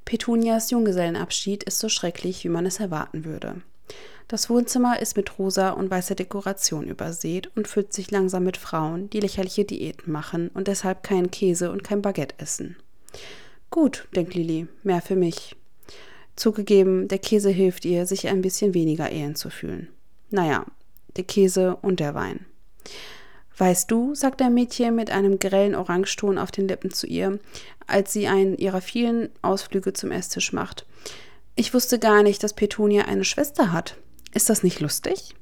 Petunias Junggesellenabschied ist so schrecklich, wie man es erwarten würde. Das Wohnzimmer ist mit rosa und weißer Dekoration übersät und füllt sich langsam mit Frauen, die lächerliche Diäten machen und deshalb keinen Käse und kein Baguette essen. Gut, denkt Lili, mehr für mich. Zugegeben, der Käse hilft ihr, sich ein bisschen weniger elend zu fühlen. Naja, der Käse und der Wein. Weißt du, sagt ein Mädchen mit einem grellen Orangeton auf den Lippen zu ihr, als sie einen ihrer vielen Ausflüge zum Esstisch macht. Ich wusste gar nicht, dass Petunia eine Schwester hat. Ist das nicht lustig?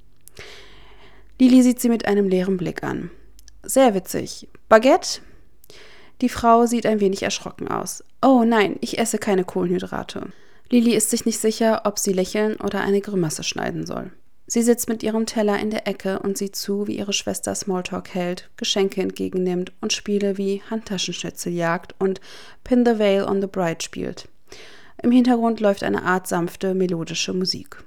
Lili sieht sie mit einem leeren Blick an. Sehr witzig. Baguette? Die Frau sieht ein wenig erschrocken aus. Oh nein, ich esse keine Kohlenhydrate. Lili ist sich nicht sicher, ob sie lächeln oder eine Grimasse schneiden soll. Sie sitzt mit ihrem Teller in der Ecke und sieht zu, wie ihre Schwester Smalltalk hält, Geschenke entgegennimmt und Spiele wie Handtaschenschnitzeljagd und Pin the Veil on the Bride spielt. Im Hintergrund läuft eine Art sanfte, melodische Musik.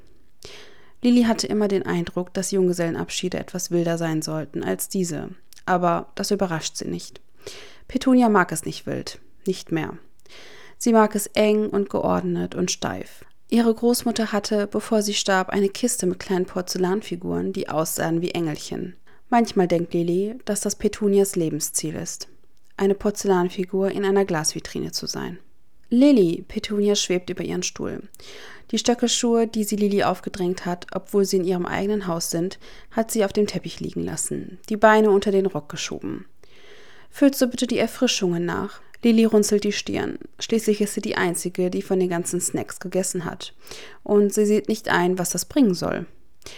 Lili hatte immer den Eindruck, dass Junggesellenabschiede etwas wilder sein sollten als diese. Aber das überrascht sie nicht. Petunia mag es nicht wild. Nicht mehr. Sie mag es eng und geordnet und steif. Ihre Großmutter hatte, bevor sie starb, eine Kiste mit kleinen Porzellanfiguren, die aussahen wie Engelchen. Manchmal denkt Lili, dass das Petunias Lebensziel ist, eine Porzellanfigur in einer Glasvitrine zu sein. Lili, Petunia schwebt über ihren Stuhl. Die Stöckelschuhe, die sie Lili aufgedrängt hat, obwohl sie in ihrem eigenen Haus sind, hat sie auf dem Teppich liegen lassen, die Beine unter den Rock geschoben. Füllst du bitte die Erfrischungen nach? Lili runzelt die Stirn. Schließlich ist sie die Einzige, die von den ganzen Snacks gegessen hat. Und sie sieht nicht ein, was das bringen soll.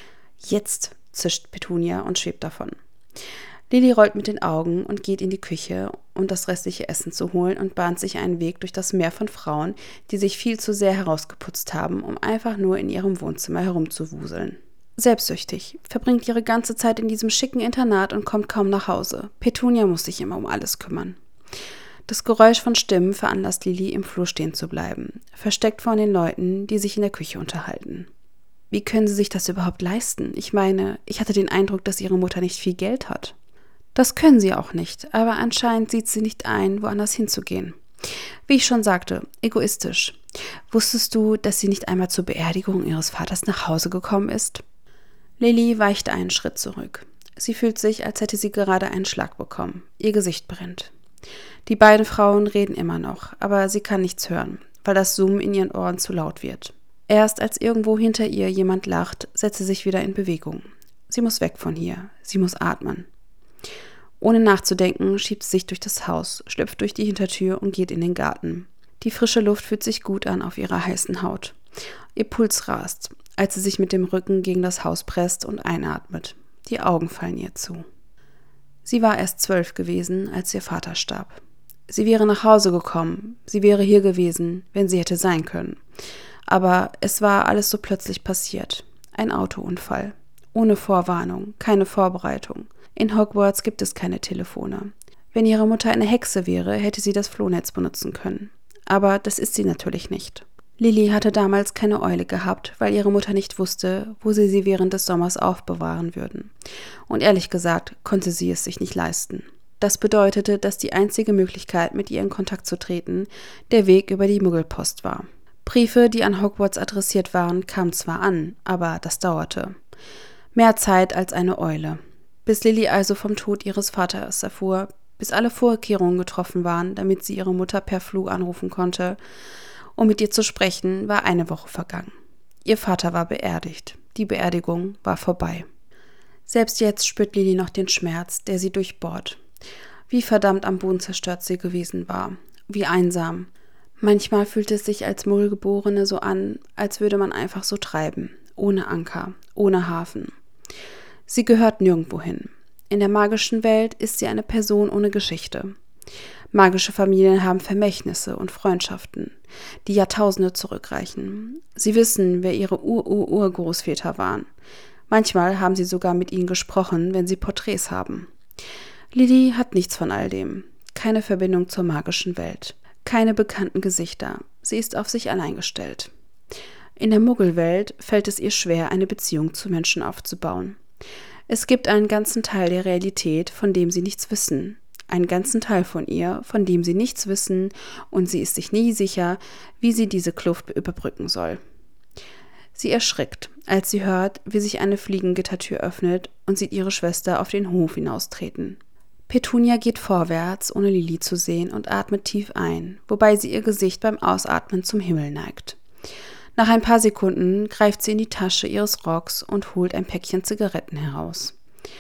Jetzt, zischt Petunia und schwebt davon. Lili rollt mit den Augen und geht in die Küche, um das restliche Essen zu holen und bahnt sich einen Weg durch das Meer von Frauen, die sich viel zu sehr herausgeputzt haben, um einfach nur in ihrem Wohnzimmer herumzuwuseln. Selbstsüchtig, verbringt ihre ganze Zeit in diesem schicken Internat und kommt kaum nach Hause. Petunia muss sich immer um alles kümmern. Das Geräusch von Stimmen veranlasst Lili, im Flur stehen zu bleiben, versteckt von den Leuten, die sich in der Küche unterhalten. Wie können sie sich das überhaupt leisten? Ich meine, ich hatte den Eindruck, dass ihre Mutter nicht viel Geld hat. Das können sie auch nicht, aber anscheinend sieht sie nicht ein, woanders hinzugehen. Wie ich schon sagte, egoistisch. Wusstest du, dass sie nicht einmal zur Beerdigung ihres Vaters nach Hause gekommen ist? Lili weicht einen Schritt zurück. Sie fühlt sich, als hätte sie gerade einen Schlag bekommen. Ihr Gesicht brennt. Die beiden Frauen reden immer noch, aber sie kann nichts hören, weil das Summen in ihren Ohren zu laut wird. Erst als irgendwo hinter ihr jemand lacht, setzt sie sich wieder in Bewegung. Sie muss weg von hier. Sie muss atmen. Ohne nachzudenken, schiebt sie sich durch das Haus, schlüpft durch die Hintertür und geht in den Garten. Die frische Luft fühlt sich gut an auf ihrer heißen Haut. Ihr Puls rast, als sie sich mit dem Rücken gegen das Haus presst und einatmet. Die Augen fallen ihr zu. Sie war erst 12 gewesen, als ihr Vater starb. Sie wäre nach Hause gekommen, sie wäre hier gewesen, wenn sie hätte sein können. Aber es war alles so plötzlich passiert. Ein Autounfall. Ohne Vorwarnung, keine Vorbereitung. In Hogwarts gibt es keine Telefone. Wenn ihre Mutter eine Hexe wäre, hätte sie das Flohnetz benutzen können. Aber das ist sie natürlich nicht. Lili hatte damals keine Eule gehabt, weil ihre Mutter nicht wusste, wo sie während des Sommers aufbewahren würden. Und ehrlich gesagt konnte sie es sich nicht leisten. Das bedeutete, dass die einzige Möglichkeit, mit ihr in Kontakt zu treten, der Weg über die Muggelpost war. Briefe, die an Hogwarts adressiert waren, kamen zwar an, aber das dauerte. Mehr Zeit als eine Eule. Bis Lili also vom Tod ihres Vaters erfuhr, bis alle Vorkehrungen getroffen waren, damit sie ihre Mutter per Fluch anrufen konnte, um mit ihr zu sprechen, war eine Woche vergangen. Ihr Vater war beerdigt. Die Beerdigung war vorbei. Selbst jetzt spürt Lili noch den Schmerz, der sie durchbohrt. Wie verdammt am Boden zerstört sie gewesen war. Wie einsam. Manchmal fühlt es sich als Muggelgeborene so an, als würde man einfach so treiben. Ohne Anker, ohne Hafen. Sie gehört nirgendwo hin. In der magischen Welt ist sie eine Person ohne Geschichte. Magische Familien haben Vermächtnisse und Freundschaften, die Jahrtausende zurückreichen. Sie wissen, wer ihre Urgroßväter waren. Manchmal haben sie sogar mit ihnen gesprochen, wenn sie Porträts haben. Lili hat nichts von all dem. Keine Verbindung zur magischen Welt. Keine bekannten Gesichter. Sie ist auf sich allein gestellt. In der Muggelwelt fällt es ihr schwer, eine Beziehung zu Menschen aufzubauen. Es gibt einen ganzen Teil der Realität, von dem sie nichts wissen. einen ganzen Teil von ihr, von dem sie nichts wissen, und sie ist sich nie sicher, wie sie diese Kluft überbrücken soll. Sie erschrickt, als sie hört, wie sich eine Fliegengittertür öffnet und sieht ihre Schwester auf den Hof hinaustreten. Petunia geht vorwärts, ohne Lili zu sehen, und atmet tief ein, wobei sie ihr Gesicht beim Ausatmen zum Himmel neigt. Nach ein paar Sekunden greift sie in die Tasche ihres Rocks und holt ein Päckchen Zigaretten heraus.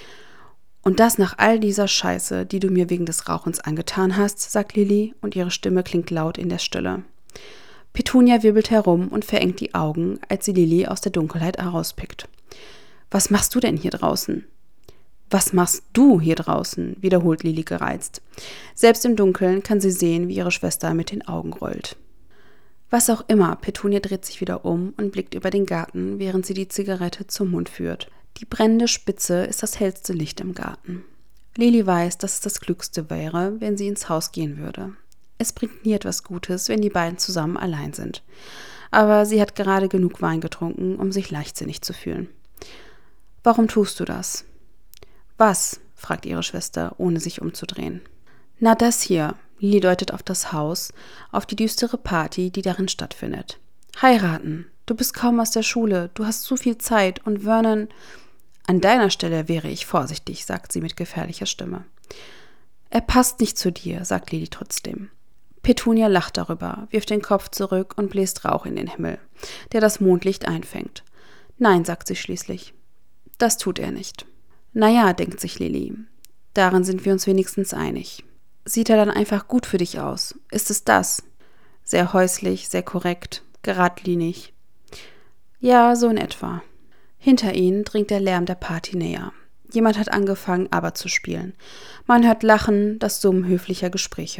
»Und das nach all dieser Scheiße, die du mir wegen des Rauchens angetan hast«, sagt Lili, und ihre Stimme klingt laut in der Stille. Petunia wirbelt herum und verengt die Augen, als sie Lili aus der Dunkelheit herauspickt. »Was machst du denn hier draußen?« »Was machst du hier draußen?«, wiederholt Lili gereizt. Selbst im Dunkeln kann sie sehen, wie ihre Schwester mit den Augen rollt. Was auch immer, Petunia dreht sich wieder um und blickt über den Garten, während sie die Zigarette zum Mund führt. Die brennende Spitze ist das hellste Licht im Garten. Lili weiß, dass es das Klügste wäre, wenn sie ins Haus gehen würde. Es bringt nie etwas Gutes, wenn die beiden zusammen allein sind. Aber sie hat gerade genug Wein getrunken, um sich leichtsinnig zu fühlen. »Warum tust du das?« »Was?«, fragt ihre Schwester, ohne sich umzudrehen. »Na, das hier«, Lili deutet auf das Haus, auf die düstere Party, die darin stattfindet. »Heiraten. Du bist kaum aus der Schule, du hast zu viel Zeit und Vernon...« »An deiner Stelle wäre ich vorsichtig«, sagt sie mit gefährlicher Stimme. »Er passt nicht zu dir«, sagt Lili trotzdem. Petunia lacht darüber, wirft den Kopf zurück und bläst Rauch in den Himmel, der das Mondlicht einfängt. »Nein«, sagt sie schließlich. »Das tut er nicht.« »Naja«, denkt sich Lili, »darin sind wir uns wenigstens einig. Sieht er dann einfach gut für dich aus? Ist es das? Sehr häuslich, sehr korrekt, geradlinig.« »Ja, so in etwa.« Hinter ihnen dringt der Lärm der Party näher. Jemand hat angefangen, ABBA zu spielen. Man hört Lachen, das Summen höflicher Gespräche.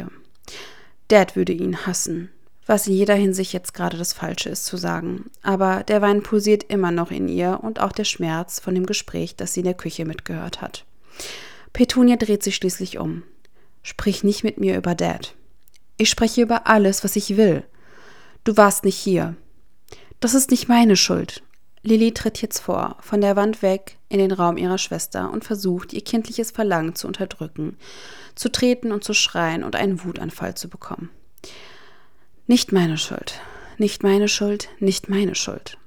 Dad würde ihn hassen, was in jeder Hinsicht jetzt gerade das Falsche ist zu sagen. Aber der Wein pulsiert immer noch in ihr und auch der Schmerz von dem Gespräch, das sie in der Küche mitgehört hat. Petunia dreht sich schließlich um. »Sprich nicht mit mir über Dad. Ich spreche über alles, was ich will. Du warst nicht hier. Das ist nicht meine Schuld.« Lili tritt jetzt vor, von der Wand weg, in den Raum ihrer Schwester und versucht, ihr kindliches Verlangen zu unterdrücken, zu treten und zu schreien und einen Wutanfall zu bekommen. »Nicht meine Schuld, nicht meine Schuld, nicht meine Schuld.«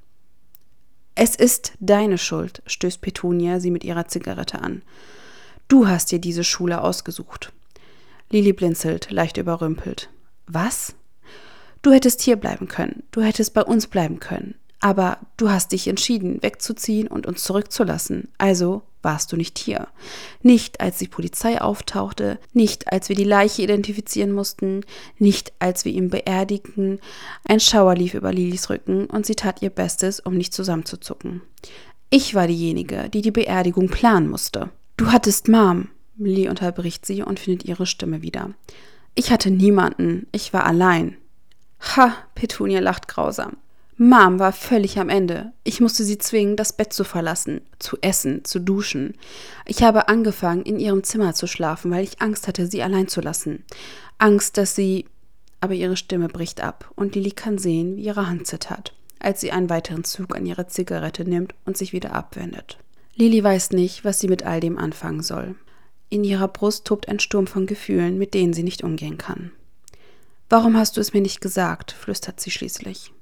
»Es ist deine Schuld«, stößt Petunia sie mit ihrer Zigarette an. »Du hast dir diese Schule ausgesucht.« Lili blinzelt, leicht überrümpelt. »Was?« »Du hättest hier bleiben können, du hättest bei uns bleiben können. Aber du hast dich entschieden, wegzuziehen und uns zurückzulassen. Also warst du nicht hier. Nicht, als die Polizei auftauchte, nicht, als wir die Leiche identifizieren mussten, nicht, als wir ihn beerdigten.« Ein Schauer lief über Lilis Rücken und sie tat ihr Bestes, um nicht zusammenzuzucken. »Ich war diejenige, die die Beerdigung planen musste.« »Du hattest Mom«, Lili unterbricht sie und findet ihre Stimme wieder. »Ich hatte niemanden, ich war allein.« »Ha«, Petunia lacht grausam. Mom war völlig am Ende. Ich musste sie zwingen, das Bett zu verlassen, zu essen, zu duschen. Ich habe angefangen, in ihrem Zimmer zu schlafen, weil ich Angst hatte, sie allein zu lassen. Angst, dass sie... Aber ihre Stimme bricht ab und Lili kann sehen, wie ihre Hand zittert, als sie einen weiteren Zug an ihrer Zigarette nimmt und sich wieder abwendet. Lili weiß nicht, was sie mit all dem anfangen soll. In ihrer Brust tobt ein Sturm von Gefühlen, mit denen sie nicht umgehen kann. »Warum hast du es mir nicht gesagt?«, flüstert sie schließlich.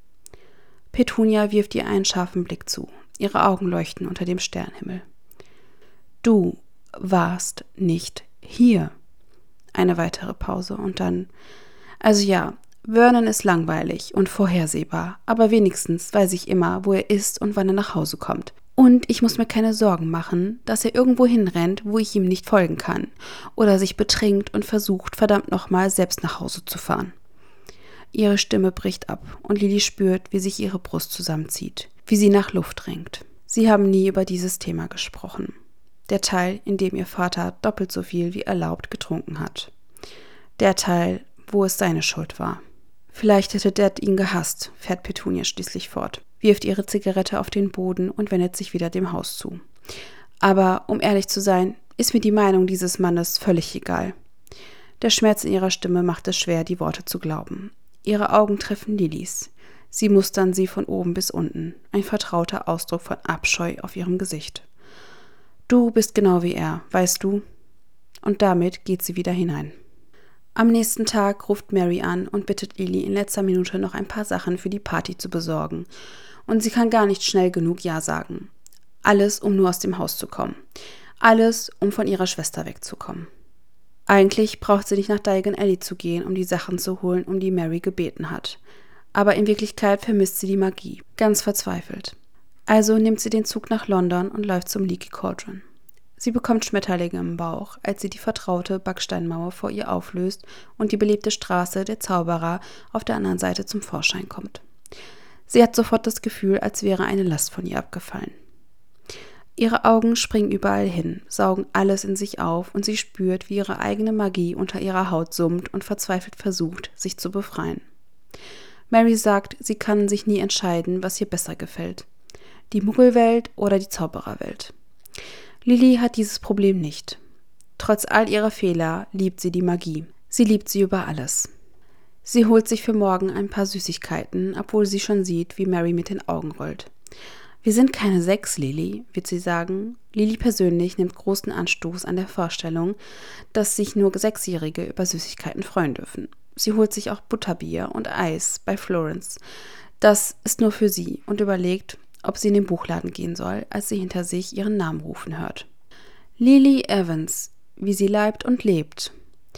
Petunia wirft ihr einen scharfen Blick zu. Ihre Augen leuchten unter dem Sternenhimmel. »Du warst nicht hier.« Eine weitere Pause und dann: »Also ja, Vernon ist langweilig und vorhersehbar, aber wenigstens weiß ich immer, wo er ist und wann er nach Hause kommt. Und ich muss mir keine Sorgen machen, dass er irgendwo hinrennt, wo ich ihm nicht folgen kann, oder sich betrinkt und versucht, verdammt nochmal, selbst nach Hause zu fahren.« Ihre Stimme bricht ab und Lili spürt, wie sich ihre Brust zusammenzieht, wie sie nach Luft ringt. Sie haben nie über dieses Thema gesprochen. Der Teil, in dem ihr Vater doppelt so viel wie erlaubt getrunken hat. Der Teil, wo es seine Schuld war. Vielleicht hätte Dad ihn gehasst, fährt Petunia schließlich fort, wirft ihre Zigarette auf den Boden und wendet sich wieder dem Haus zu. Aber, um ehrlich zu sein, ist mir die Meinung dieses Mannes völlig egal. Der Schmerz in ihrer Stimme macht es schwer, die Worte zu glauben. Ihre Augen treffen Lilis. Sie mustern sie von oben bis unten. Ein vertrauter Ausdruck von Abscheu auf ihrem Gesicht. »Du bist genau wie er, weißt du?« Und damit geht sie wieder hinein. Am nächsten Tag ruft Mary an und bittet Lily in letzter Minute noch ein paar Sachen für die Party zu besorgen. Und sie kann gar nicht schnell genug Ja sagen. Alles, um nur aus dem Haus zu kommen. Alles, um von ihrer Schwester wegzukommen. Eigentlich braucht sie nicht nach Diagon Alley zu gehen, um die Sachen zu holen, um die Mary gebeten hat. Aber in Wirklichkeit vermisst sie die Magie. Ganz verzweifelt. Also nimmt sie den Zug nach London und läuft zum Leaky Cauldron. Sie bekommt Schmetterlinge im Bauch, als sie die vertraute Backsteinmauer vor ihr auflöst und die belebte Straße der Zauberer auf der anderen Seite zum Vorschein kommt. Sie hat sofort das Gefühl, als wäre eine Last von ihr abgefallen. Ihre Augen springen überall hin, saugen alles in sich auf und sie spürt, wie ihre eigene Magie unter ihrer Haut summt und verzweifelt versucht, sich zu befreien. Mary sagt, sie kann sich nie entscheiden, was ihr besser gefällt. Die Muggelwelt oder die Zaubererwelt. Lily hat dieses Problem nicht. Trotz all ihrer Fehler liebt sie die Magie. Sie liebt sie über alles. Sie holt sich für morgen ein paar Süßigkeiten, obwohl sie schon sieht, wie Mary mit den Augen rollt. Wir sind keine 6, Lily, wird sie sagen. Lily persönlich nimmt großen Anstoß an der Vorstellung, dass sich nur 6-Jährige über Süßigkeiten freuen dürfen. Sie holt sich auch Butterbier und Eis bei Florence. Das ist nur für sie und überlegt, ob sie in den Buchladen gehen soll, als sie hinter sich ihren Namen rufen hört. Lily Evans, wie sie leibt und lebt.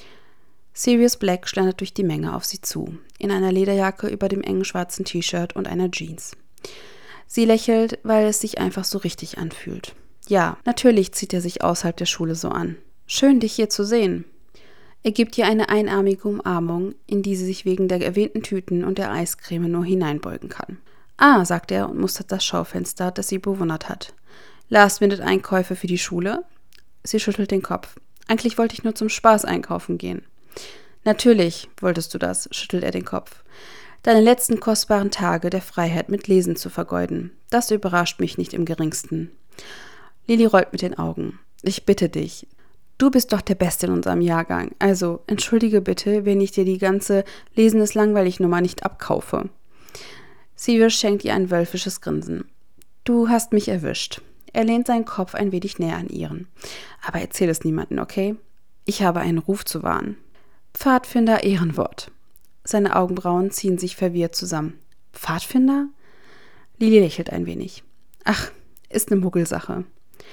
Sirius Black schlendert durch die Menge auf sie zu, in einer Lederjacke über dem engen schwarzen T-Shirt und einer Jeans. Sie lächelt, weil es sich einfach so richtig anfühlt. Ja, natürlich zieht er sich außerhalb der Schule so an. Schön, dich hier zu sehen. Er gibt ihr eine einarmige Umarmung, in die sie sich wegen der erwähnten Tüten und der Eiscreme nur hineinbeugen kann. Ah, sagt er und mustert das Schaufenster, das sie bewundert hat. Last-Minute-Einkäufe für die Schule? Sie schüttelt den Kopf. Eigentlich wollte ich nur zum Spaß einkaufen gehen. Natürlich wolltest du das, schüttelt er den Kopf. Deine letzten kostbaren Tage der Freiheit mit Lesen zu vergeuden. Das überrascht mich nicht im geringsten. Lily rollt mit den Augen. Ich bitte dich. Du bist doch der Beste in unserem Jahrgang. Also, entschuldige bitte, wenn ich dir die ganze Lesen ist langweilig Nummer nicht abkaufe. Sirius schenkt ihr ein wölfisches Grinsen. Du hast mich erwischt. Er lehnt seinen Kopf ein wenig näher an ihren. Aber erzähl es niemandem, okay? Ich habe einen Ruf zu wahren. Pfadfinder Ehrenwort. Seine Augenbrauen ziehen sich verwirrt zusammen. Pfadfinder? Lily lächelt ein wenig. Ach, ist eine Muggelsache.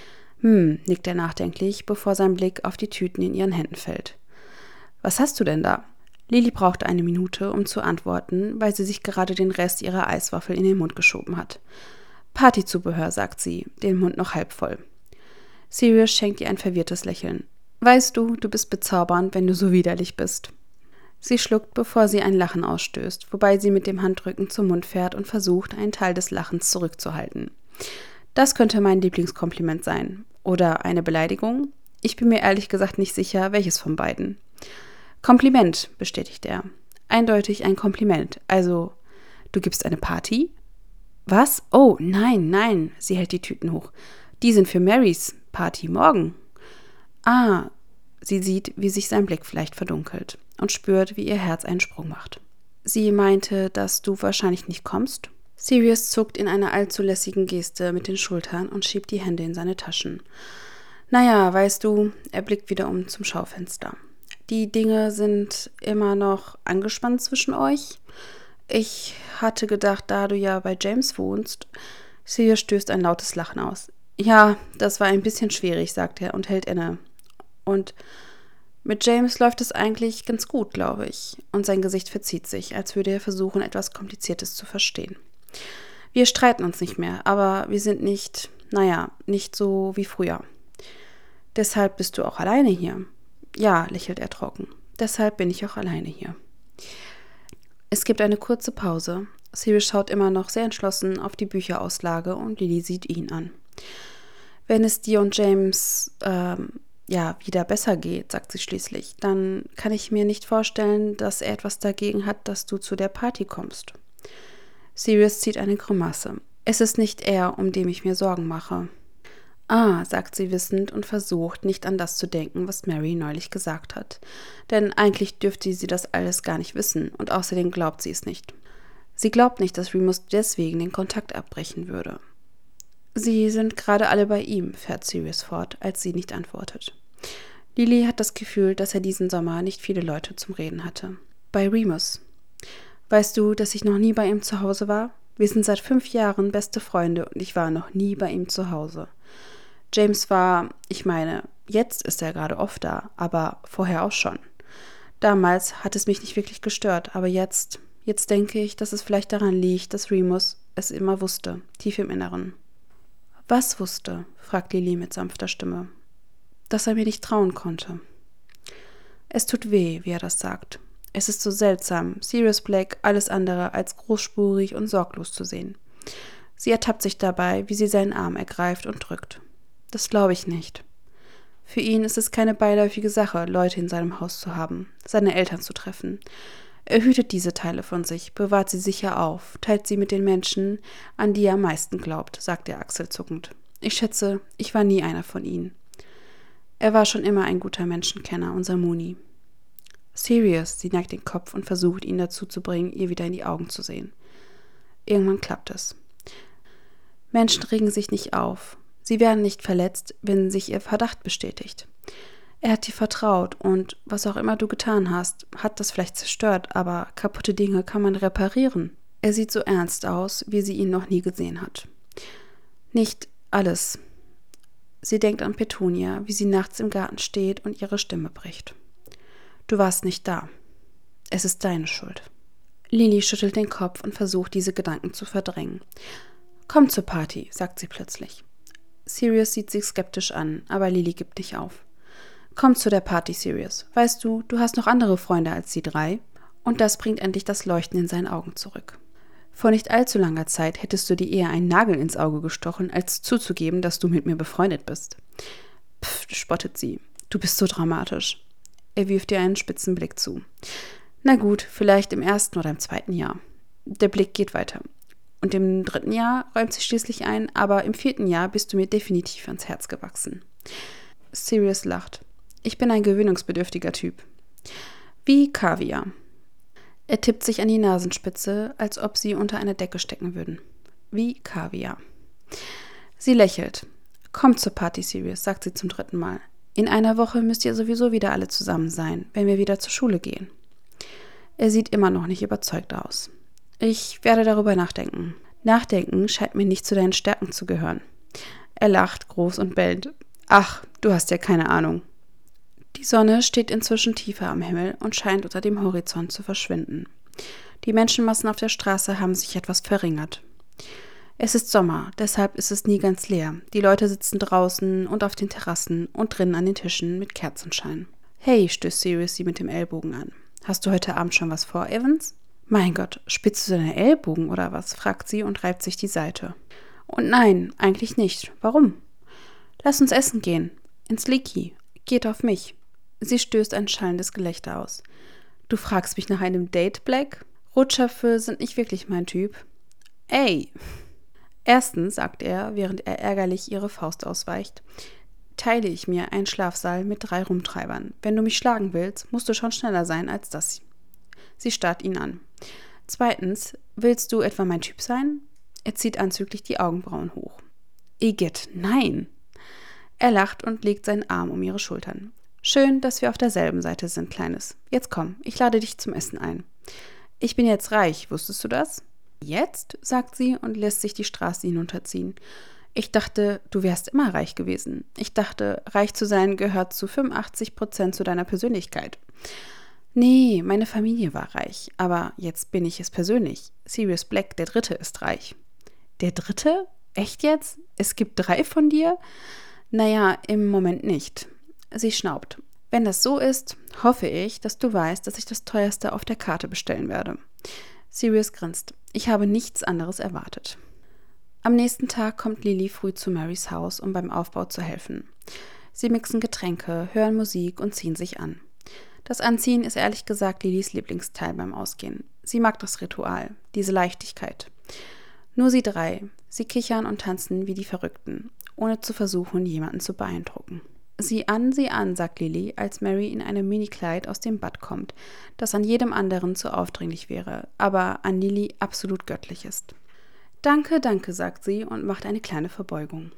Nickt er nachdenklich, bevor sein Blick auf die Tüten in ihren Händen fällt. Was hast du denn da? Lily braucht eine Minute, um zu antworten, weil sie sich gerade den Rest ihrer Eiswaffel in den Mund geschoben hat. Partyzubehör, sagt sie, den Mund noch halb voll. Sirius schenkt ihr ein verwirrtes Lächeln. Weißt du, du bist bezaubernd, wenn du so widerlich bist. Sie schluckt, bevor sie ein Lachen ausstößt, wobei sie mit dem Handrücken zum Mund fährt und versucht, einen Teil des Lachens zurückzuhalten. Das könnte mein Lieblingskompliment sein. Oder eine Beleidigung? Ich bin mir ehrlich gesagt nicht sicher, welches von beiden. Kompliment, bestätigt er. Eindeutig ein Kompliment. Also, du gibst eine Party? Was? Oh, nein, sie hält die Tüten hoch. Die sind für Marys Party morgen. Ah, sie sieht, wie sich sein Blick vielleicht verdunkelt und spürt, wie ihr Herz einen Sprung macht. Sie meinte, dass du wahrscheinlich nicht kommst? Sirius zuckt in einer allzu lässigen Geste mit den Schultern und schiebt die Hände in seine Taschen. Naja, weißt du, er blickt wieder um zum Schaufenster. Die Dinge sind immer noch angespannt zwischen euch. Ich hatte gedacht, da du ja bei James wohnst. Sirius stößt ein lautes Lachen aus. Ja, das war ein bisschen schwierig, sagt er und hält inne. Und mit James läuft es eigentlich ganz gut, glaube ich. Und sein Gesicht verzieht sich, als würde er versuchen, etwas Kompliziertes zu verstehen. Wir streiten uns nicht mehr, aber wir sind nicht so wie früher. Deshalb bist du auch alleine hier. Ja, lächelt er trocken. Deshalb bin ich auch alleine hier. Es gibt eine kurze Pause. Sirius schaut immer noch sehr entschlossen auf die Bücherauslage und Lily sieht ihn an. Wenn es dir und James wieder besser geht, sagt sie schließlich, dann kann ich mir nicht vorstellen, dass er etwas dagegen hat, dass du zu der Party kommst. Sirius zieht eine Grimasse. Es ist nicht er, um den ich mir Sorgen mache. Ah, sagt sie wissend und versucht, nicht an das zu denken, was Mary neulich gesagt hat. Denn eigentlich dürfte sie das alles gar nicht wissen und außerdem glaubt sie es nicht. Sie glaubt nicht, dass Remus deswegen den Kontakt abbrechen würde. Sie sind gerade alle bei ihm, fährt Sirius fort, als sie nicht antwortet. Lily hat das Gefühl, dass er diesen Sommer nicht viele Leute zum Reden hatte. Bei Remus. Weißt du, dass ich noch nie bei ihm zu Hause war? Wir sind seit 5 Jahren beste Freunde und ich war noch nie bei ihm zu Hause. James war, ich meine, jetzt ist er gerade oft da, aber vorher auch schon. Damals hat es mich nicht wirklich gestört, aber jetzt denke ich, dass es vielleicht daran liegt, dass Remus es immer wusste, tief im Inneren. Was wusste? Fragt Lily mit sanfter Stimme. Dass er mir nicht trauen konnte. Es tut weh, wie er das sagt. Es ist so seltsam, Sirius Black alles andere als großspurig und sorglos zu sehen. Sie ertappt sich dabei, wie sie seinen Arm ergreift und drückt. Das glaube ich nicht. Für ihn ist es keine beiläufige Sache, Leute in seinem Haus zu haben, seine Eltern zu treffen. Er hütet diese Teile von sich, bewahrt sie sicher auf, teilt sie mit den Menschen, an die er am meisten glaubt, sagt er achselzuckend. Ich schätze, ich war nie einer von ihnen. Er war schon immer ein guter Menschenkenner, unser Mooney. Sirius, sie neigt den Kopf und versucht, ihn dazu zu bringen, ihr wieder in die Augen zu sehen. Irgendwann klappt es. Menschen regen sich nicht auf. Sie werden nicht verletzt, wenn sich ihr Verdacht bestätigt. Er hat dir vertraut und was auch immer du getan hast, hat das vielleicht zerstört, aber kaputte Dinge kann man reparieren. Er sieht so ernst aus, wie sie ihn noch nie gesehen hat. Nicht alles. Sie denkt an Petunia, wie sie nachts im Garten steht und ihre Stimme bricht. Du warst nicht da. Es ist deine Schuld. Lily schüttelt den Kopf und versucht, diese Gedanken zu verdrängen. Komm zur Party, sagt sie plötzlich. Sirius sieht sie skeptisch an, aber Lily gibt nicht auf. Komm zu der Party, Sirius. Weißt du, du hast noch andere Freunde als die 3. Und das bringt endlich das Leuchten in seinen Augen zurück. Vor nicht allzu langer Zeit hättest du dir eher einen Nagel ins Auge gestochen, als zuzugeben, dass du mit mir befreundet bist. Pff, spottet sie. Du bist so dramatisch. Er wirft ihr einen spitzen Blick zu. Na gut, vielleicht im 1. oder im 2. Jahr. Der Blick geht weiter. Und im 3. Jahr räumt sie schließlich ein, aber im 4. Jahr bist du mir definitiv ans Herz gewachsen. Sirius lacht. Ich bin ein gewöhnungsbedürftiger Typ. Wie Kaviar. Er tippt sich an die Nasenspitze, als ob sie unter einer Decke stecken würden. Wie Kaviar. Sie lächelt. Kommt zur Party, Sirius, sagt sie zum 3. Mal. In einer Woche müsst ihr sowieso wieder alle zusammen sein, wenn wir wieder zur Schule gehen. Er sieht immer noch nicht überzeugt aus. Ich werde darüber nachdenken. Nachdenken scheint mir nicht zu deinen Stärken zu gehören. Er lacht groß und bellt. Ach, du hast ja keine Ahnung. Die Sonne steht inzwischen tiefer am Himmel und scheint unter dem Horizont zu verschwinden. Die Menschenmassen auf der Straße haben sich etwas verringert. Es ist Sommer, deshalb ist es nie ganz leer. Die Leute sitzen draußen und auf den Terrassen und drinnen an den Tischen mit Kerzenschein. Hey, stößt Sirius sie mit dem Ellbogen an. Hast du heute Abend schon was vor, Evans? Mein Gott, spitzt du deine Ellbogen oder was? Fragt sie und reibt sich die Seite. Und nein, eigentlich nicht. Warum? Lass uns essen gehen. Ins Leaky. Geht auf mich. Sie stößt ein schallendes Gelächter aus. Du fragst mich nach einem Date, Black? Rotschöpfe sind nicht wirklich mein Typ. Ey! Erstens, sagt er, während er ärgerlich ihre Faust ausweicht, teile ich mir einen Schlafsaal mit 3 Rumtreibern. Wenn du mich schlagen willst, musst du schon schneller sein als das. Sie starrt ihn an. Zweitens, willst du etwa mein Typ sein? Er zieht anzüglich die Augenbrauen hoch. Igitt, nein! Er lacht und legt seinen Arm um ihre Schultern. Schön, dass wir auf derselben Seite sind, Kleines. Jetzt komm, ich lade dich zum Essen ein. Ich bin jetzt reich, wusstest du das? Jetzt? Sagt sie und lässt sich die Straße hinunterziehen. Ich dachte, du wärst immer reich gewesen. Ich dachte, reich zu sein gehört zu 85% zu deiner Persönlichkeit. Nee, meine Familie war reich, aber jetzt bin ich es persönlich. Sirius Black, der 3. ist reich. Der 3? Echt jetzt? Es gibt 3 von dir? Naja, im Moment nicht. Sie schnaubt. Wenn das so ist, hoffe ich, dass du weißt, dass ich das Teuerste auf der Karte bestellen werde. Sirius grinst. Ich habe nichts anderes erwartet. Am nächsten Tag kommt Lily früh zu Marys Haus, um beim Aufbau zu helfen. Sie mixen Getränke, hören Musik und ziehen sich an. Das Anziehen ist ehrlich gesagt Lillys Lieblingsteil beim Ausgehen. Sie mag das Ritual, diese Leichtigkeit. Nur sie 3. Sie kichern und tanzen wie die Verrückten, ohne zu versuchen, jemanden zu beeindrucken. Sieh an, sagt Lily, als Mary in einem Minikleid aus dem Bad kommt, das an jedem anderen zu aufdringlich wäre, aber an Lily absolut göttlich ist. Danke, danke, sagt sie und macht eine kleine Verbeugung.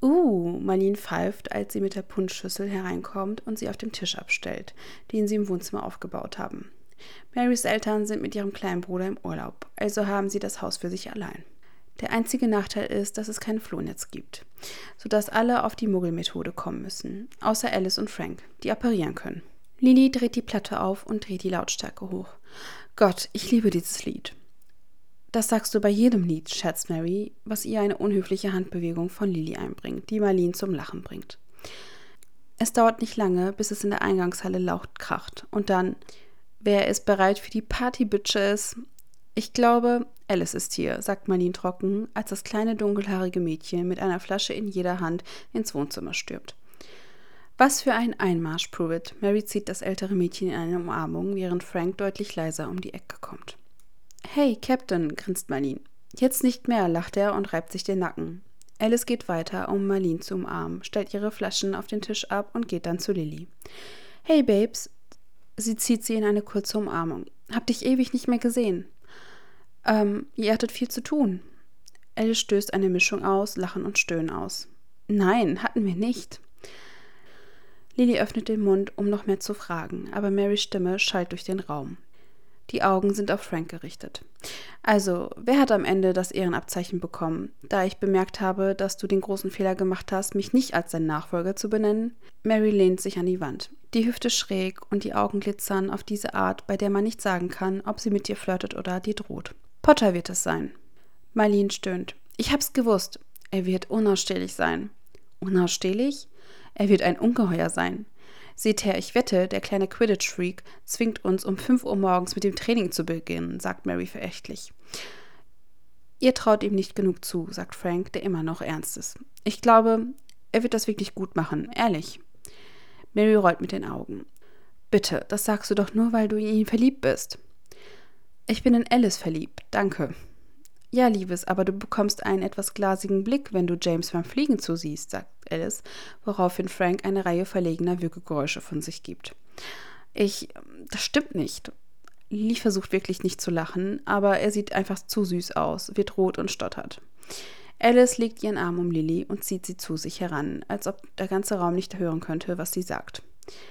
Marlene pfeift, als sie mit der Punschschüssel hereinkommt und sie auf dem Tisch abstellt, den sie im Wohnzimmer aufgebaut haben. Marys Eltern sind mit ihrem kleinen Bruder im Urlaub, also haben sie das Haus für sich allein. Der einzige Nachteil ist, dass es kein Flohnetz gibt, sodass alle auf die Muggelmethode kommen müssen, außer Alice und Frank, die apparieren können. Lily dreht die Platte auf und dreht die Lautstärke hoch. Gott, ich liebe dieses Lied. Das sagst du bei jedem Lied, scherzt Mary, was ihr eine unhöfliche Handbewegung von Lily einbringt, die Marlene zum Lachen bringt. Es dauert nicht lange, bis es in der Eingangshalle laut kracht. Und dann, wer ist bereit für die Party, Bitches? Ich glaube, Alice ist hier, sagt Marlene trocken, als das kleine dunkelhaarige Mädchen mit einer Flasche in jeder Hand ins Wohnzimmer stürmt. Was für ein Einmarsch, Pruitt. Mary zieht das ältere Mädchen in eine Umarmung, während Frank deutlich leiser um die Ecke kommt. Hey, Captain, grinst Marlene. Jetzt nicht mehr, lacht er und reibt sich den Nacken. Alice geht weiter, um Marlene zu umarmen, stellt ihre Flaschen auf den Tisch ab und geht dann zu Lily. Hey, Babes. Sie zieht sie in eine kurze Umarmung. Hab dich ewig nicht mehr gesehen. Ihr hattet viel zu tun. Alice stößt eine Mischung aus Lachen und Stöhnen aus. Nein, hatten wir nicht. Lily öffnet den Mund, um noch mehr zu fragen, aber Marys Stimme schallt durch den Raum. Die Augen sind auf Frank gerichtet. Also, wer hat am Ende das Ehrenabzeichen bekommen, da ich bemerkt habe, dass du den großen Fehler gemacht hast, mich nicht als dein Nachfolger zu benennen? Mary lehnt sich an die Wand, die Hüfte schräg und die Augen glitzern auf diese Art, bei der man nicht sagen kann, ob sie mit dir flirtet oder dir droht. Potter wird es sein. Marlene stöhnt. Ich hab's gewusst. Er wird unausstehlich sein. Unausstehlich? Er wird ein Ungeheuer sein. Seht her, ich wette, der kleine Quidditch-Freak zwingt uns, um 5 Uhr morgens mit dem Training zu beginnen, sagt Mary verächtlich. Ihr traut ihm nicht genug zu, sagt Frank, der immer noch ernst ist. Ich glaube, er wird das wirklich gut machen, ehrlich. Mary rollt mit den Augen. Bitte, das sagst du doch nur, weil du in ihn verliebt bist. Ich bin in Alice verliebt, danke. Ja, Liebes, aber du bekommst einen etwas glasigen Blick, wenn du James beim Fliegen zusiehst, sagt Alice, woraufhin Frank eine Reihe verlegener Würgegeräusche von sich gibt. Das stimmt nicht. Lily versucht wirklich nicht zu lachen, aber er sieht einfach zu süß aus, wird rot und stottert. Alice legt ihren Arm um Lily und zieht sie zu sich heran, als ob der ganze Raum nicht hören könnte, was sie sagt.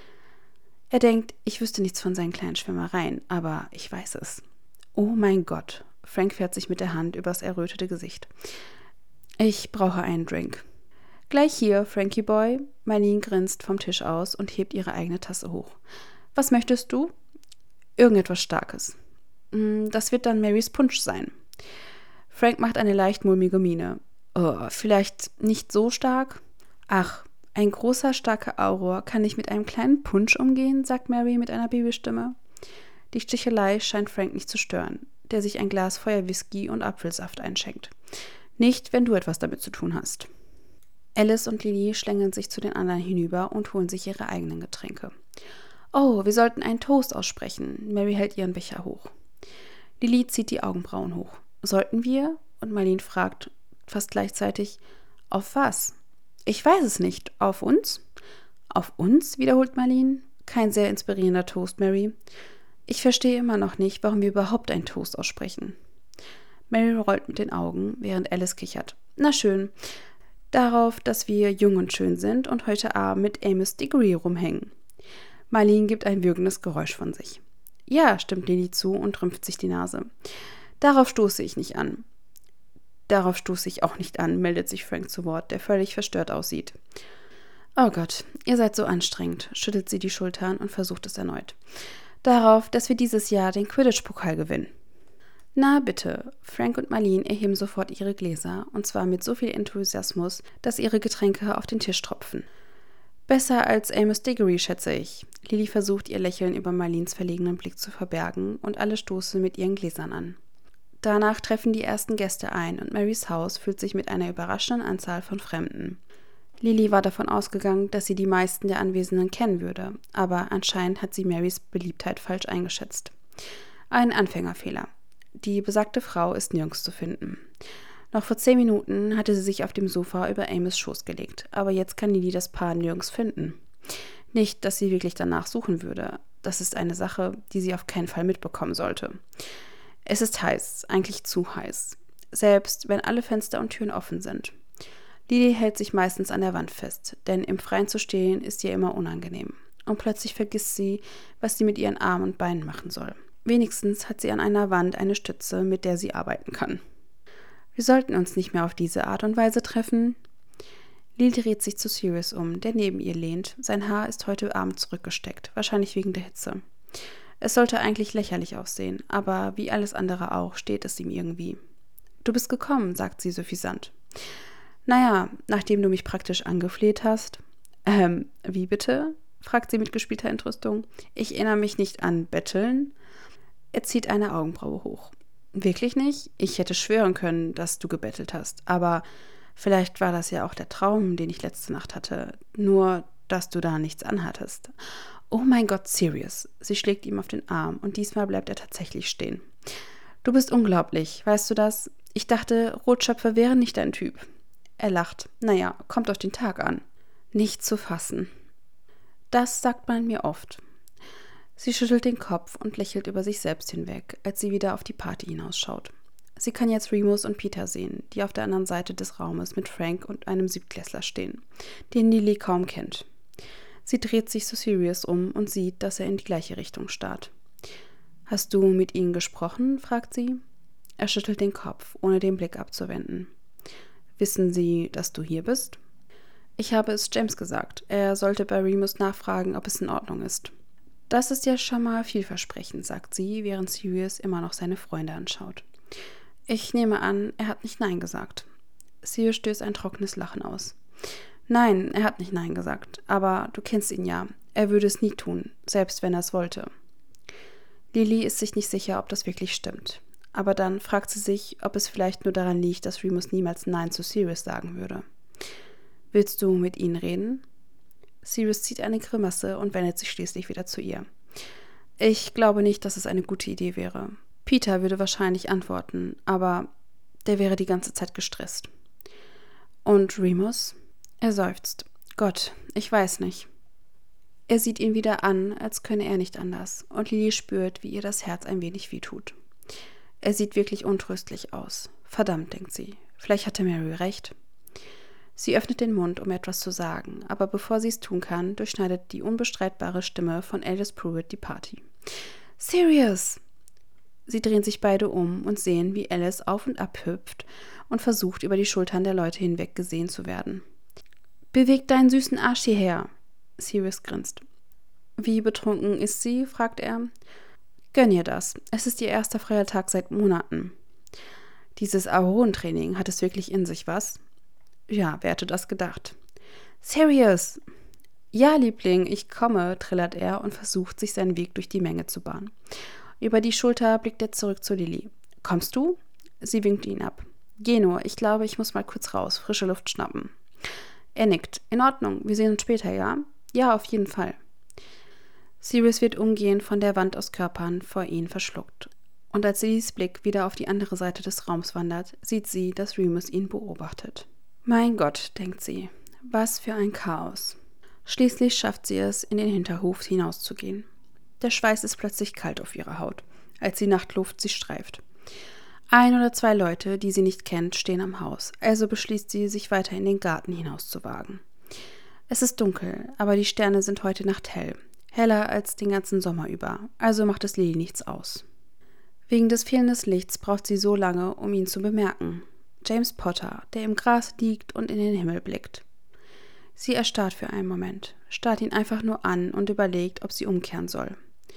Er denkt, ich wüsste nichts von seinen kleinen Schwärmereien, aber ich weiß es. Oh mein Gott. Frank fährt sich mit der Hand übers errötete Gesicht. Ich brauche einen Drink. Gleich hier, Frankie Boy. Marlene grinst vom Tisch aus und hebt ihre eigene Tasse hoch. Was möchtest du? Irgendetwas Starkes. Das wird dann Marys Punsch sein. Frank macht eine leicht mulmige Miene. Oh, vielleicht nicht so stark? Ach, ein großer, starker Auror kann nicht mit einem kleinen Punsch umgehen, sagt Mary mit einer Babystimme. Die Stichelei scheint Frank nicht zu stören, der sich ein Glas Feuerwhisky und Apfelsaft einschenkt. Nicht, wenn du etwas damit zu tun hast. Alice und Lily schlängeln sich zu den anderen hinüber und holen sich ihre eigenen Getränke. Oh, wir sollten einen Toast aussprechen. Mary hält ihren Becher hoch. Lily zieht die Augenbrauen hoch. Sollten wir? Und Marlene fragt fast gleichzeitig, auf was? Ich weiß es nicht. Auf uns? Auf uns? Wiederholt Marlene. Kein sehr inspirierender Toast, Mary. Ich verstehe immer noch nicht, warum wir überhaupt einen Toast aussprechen. Mary rollt mit den Augen, während Alice kichert. Na schön. Darauf, dass wir jung und schön sind und heute Abend mit Amos Diggory rumhängen. Marlene gibt ein würgendes Geräusch von sich. Ja, stimmt Lily zu und rümpft sich die Nase. Darauf stoße ich nicht an. Darauf stoße ich auch nicht an, meldet sich Frank zu Wort, der völlig verstört aussieht. Oh Gott, ihr seid so anstrengend, schüttelt sie die Schultern und versucht es erneut. Darauf, dass wir dieses Jahr den Quidditch-Pokal gewinnen. Na bitte, Frank und Marlene erheben sofort ihre Gläser, und zwar mit so viel Enthusiasmus, dass ihre Getränke auf den Tisch tropfen. Besser als Amos Diggory, schätze ich. Lily versucht, ihr Lächeln über Marlenes verlegenen Blick zu verbergen, und alle stoßen mit ihren Gläsern an. Danach treffen die ersten Gäste ein, und Marys Haus füllt sich mit einer überraschenden Anzahl von Fremden. Lily war davon ausgegangen, dass sie die meisten der Anwesenden kennen würde, aber anscheinend hat sie Marys Beliebtheit falsch eingeschätzt. Ein Anfängerfehler. Die besagte Frau ist nirgends zu finden. Noch vor 10 Minuten hatte sie sich auf dem Sofa über Amos Schoß gelegt, aber jetzt kann Lily das Paar nirgends finden. Nicht, dass sie wirklich danach suchen würde. Das ist eine Sache, die sie auf keinen Fall mitbekommen sollte. Es ist heiß, eigentlich zu heiß. Selbst wenn alle Fenster und Türen offen sind. Lily hält sich meistens an der Wand fest, denn im Freien zu stehen ist ihr immer unangenehm. Und plötzlich vergisst sie, was sie mit ihren Armen und Beinen machen soll. Wenigstens hat sie an einer Wand eine Stütze, mit der sie arbeiten kann. Wir sollten uns nicht mehr auf diese Art und Weise treffen. Lily dreht sich zu Sirius um, der neben ihr lehnt. Sein Haar ist heute Abend zurückgesteckt, wahrscheinlich wegen der Hitze. Es sollte eigentlich lächerlich aussehen, aber wie alles andere auch, steht es ihm irgendwie. »Du bist gekommen«, sagt sie suffisant. »Naja, nachdem du mich praktisch angefleht hast.« Wie bitte?« fragt sie mit gespielter Entrüstung. »Ich erinnere mich nicht an Betteln.« Er zieht eine Augenbraue hoch. »Wirklich nicht? Ich hätte schwören können, dass du gebettelt hast. Aber vielleicht war das ja auch der Traum, den ich letzte Nacht hatte. Nur, dass du da nichts anhattest.« »Oh mein Gott, Sirius!« Sie schlägt ihm auf den Arm und diesmal bleibt er tatsächlich stehen. »Du bist unglaublich, weißt du das? Ich dachte, Rotschöpfe wären nicht dein Typ.« Er lacht. »Naja, kommt auf den Tag an.« Nicht zu fassen. »Das sagt man mir oft.« Sie schüttelt den Kopf und lächelt über sich selbst hinweg, als sie wieder auf die Party hinausschaut. Sie kann jetzt Remus und Peter sehen, die auf der anderen Seite des Raumes mit Frank und einem Siebtklässler stehen, den Lily kaum kennt. Sie dreht sich zu Sirius um und sieht, dass er in die gleiche Richtung starrt. »Hast du mit ihnen gesprochen?« fragt sie. Er schüttelt den Kopf, ohne den Blick abzuwenden. »Wissen sie, dass du hier bist?« »Ich habe es James gesagt. Er sollte bei Remus nachfragen, ob es in Ordnung ist.« »Das ist ja schon mal vielversprechend«, sagt sie, während Sirius immer noch seine Freunde anschaut. »Ich nehme an, er hat nicht Nein gesagt.« Sirius stößt ein trockenes Lachen aus. »Nein, er hat nicht Nein gesagt. Aber du kennst ihn ja. Er würde es nie tun, selbst wenn er es wollte.« Lily ist sich nicht sicher, ob das wirklich stimmt. Aber dann fragt sie sich, ob es vielleicht nur daran liegt, dass Remus niemals Nein zu Sirius sagen würde. »Willst du mit ihnen reden?« Sirius zieht eine Grimasse und wendet sich schließlich wieder zu ihr. »Ich glaube nicht, dass es eine gute Idee wäre. Peter würde wahrscheinlich antworten, aber der wäre die ganze Zeit gestresst.« »Und Remus?« Er seufzt. »Gott, ich weiß nicht.« Er sieht ihn wieder an, als könne er nicht anders, und Lily spürt, wie ihr das Herz ein wenig wehtut. Er sieht wirklich untröstlich aus. Verdammt, denkt sie. Vielleicht hatte Mary recht. Sie öffnet den Mund, um etwas zu sagen, aber bevor sie es tun kann, durchschneidet die unbestreitbare Stimme von Alice Pruitt die Party. »Sirius!« Sie drehen sich beide um und sehen, wie Alice auf und ab hüpft und versucht, über die Schultern der Leute hinweg gesehen zu werden. »Beweg deinen süßen Arsch hierher!« Sirius grinst. »Wie betrunken ist sie?« fragt er. »Gönn ihr das. Es ist ihr erster freier Tag seit Monaten.« »Dieses Aron-Training hat es wirklich in sich, was?« »Ja, wer hätte das gedacht?« »Sirius!« »Ja, Liebling, ich komme«, trillert er und versucht, sich seinen Weg durch die Menge zu bahnen. Über die Schulter blickt er zurück zu Lily. »Kommst du?« Sie winkt ihn ab. »Geh nur, ich glaube, ich muss mal kurz raus, frische Luft schnappen.« Er nickt. »In Ordnung, wir sehen uns später, ja?« »Ja, auf jeden Fall.« Sirius wird umgehend von der Wand aus Körpern vor ihnen verschluckt. Und als Lillys Blick wieder auf die andere Seite des Raums wandert, sieht sie, dass Remus ihn beobachtet. »Mein Gott«, denkt sie, »was für ein Chaos.« Schließlich schafft sie es, in den Hinterhof hinauszugehen. Der Schweiß ist plötzlich kalt auf ihrer Haut, als die Nachtluft sie streift. 1 oder 2 Leute, die sie nicht kennt, stehen am Haus, also beschließt sie, sich weiter in den Garten hinauszuwagen. Es ist dunkel, aber die Sterne sind heute Nacht hell, heller als den ganzen Sommer über, also macht es Lily nichts aus. Wegen des fehlenden Lichts braucht sie so lange, um ihn zu bemerken. James Potter, der im Gras liegt und in den Himmel blickt. Sie erstarrt für einen Moment, starrt ihn einfach nur an und überlegt, ob sie umkehren soll.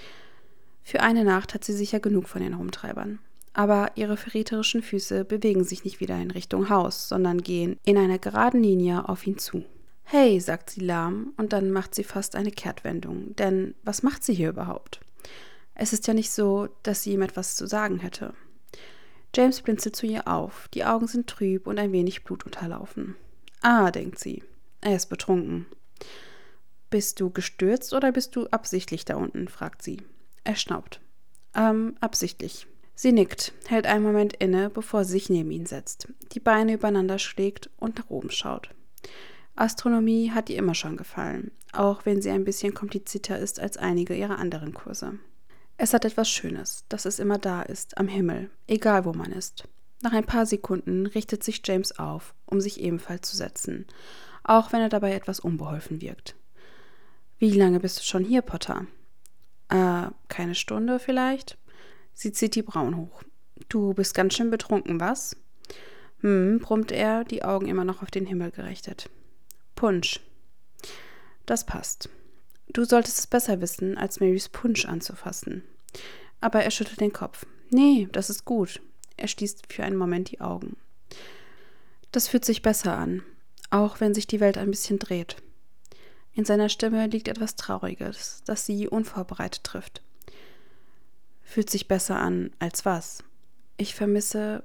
Für eine Nacht hat sie sicher genug von den Rumtreibern. Aber ihre verräterischen Füße bewegen sich nicht wieder in Richtung Haus, sondern gehen in einer geraden Linie auf ihn zu. »Hey«, sagt sie lahm, und dann macht sie fast eine Kehrtwendung, denn was macht sie hier überhaupt? Es ist ja nicht so, dass sie ihm etwas zu sagen hätte. James blinzelt zu ihr auf, die Augen sind trüb und ein wenig blutunterlaufen. »Ah«, denkt sie, »er ist betrunken.« »Bist du gestürzt oder bist du absichtlich da unten?«, fragt sie. Er schnaubt. Absichtlich.« Sie nickt, hält einen Moment inne, bevor sie sich neben ihn setzt, die Beine übereinander schlägt und nach oben schaut. Astronomie hat ihr immer schon gefallen, auch wenn sie ein bisschen komplizierter ist als einige ihrer anderen Kurse. Es hat etwas Schönes, dass es immer da ist, am Himmel, egal wo man ist. Nach ein paar Sekunden richtet sich James auf, um sich ebenfalls zu setzen, auch wenn er dabei etwas unbeholfen wirkt. »Wie lange bist du schon hier, Potter?« Keine Stunde vielleicht?« Sie zieht die Brauen hoch. »Du bist ganz schön betrunken, was?« Brummt er, die Augen immer noch auf den Himmel gerichtet. »Punsch.« »Das passt. Du solltest es besser wissen, als Marys Punsch anzufassen.« Aber er schüttelt den Kopf. »Nee, das ist gut.« Er schließt für einen Moment die Augen. »Das fühlt sich besser an, auch wenn sich die Welt ein bisschen dreht.« In seiner Stimme liegt etwas Trauriges, das sie unvorbereitet trifft. »Fühlt sich besser an, als was?« Ich vermisse.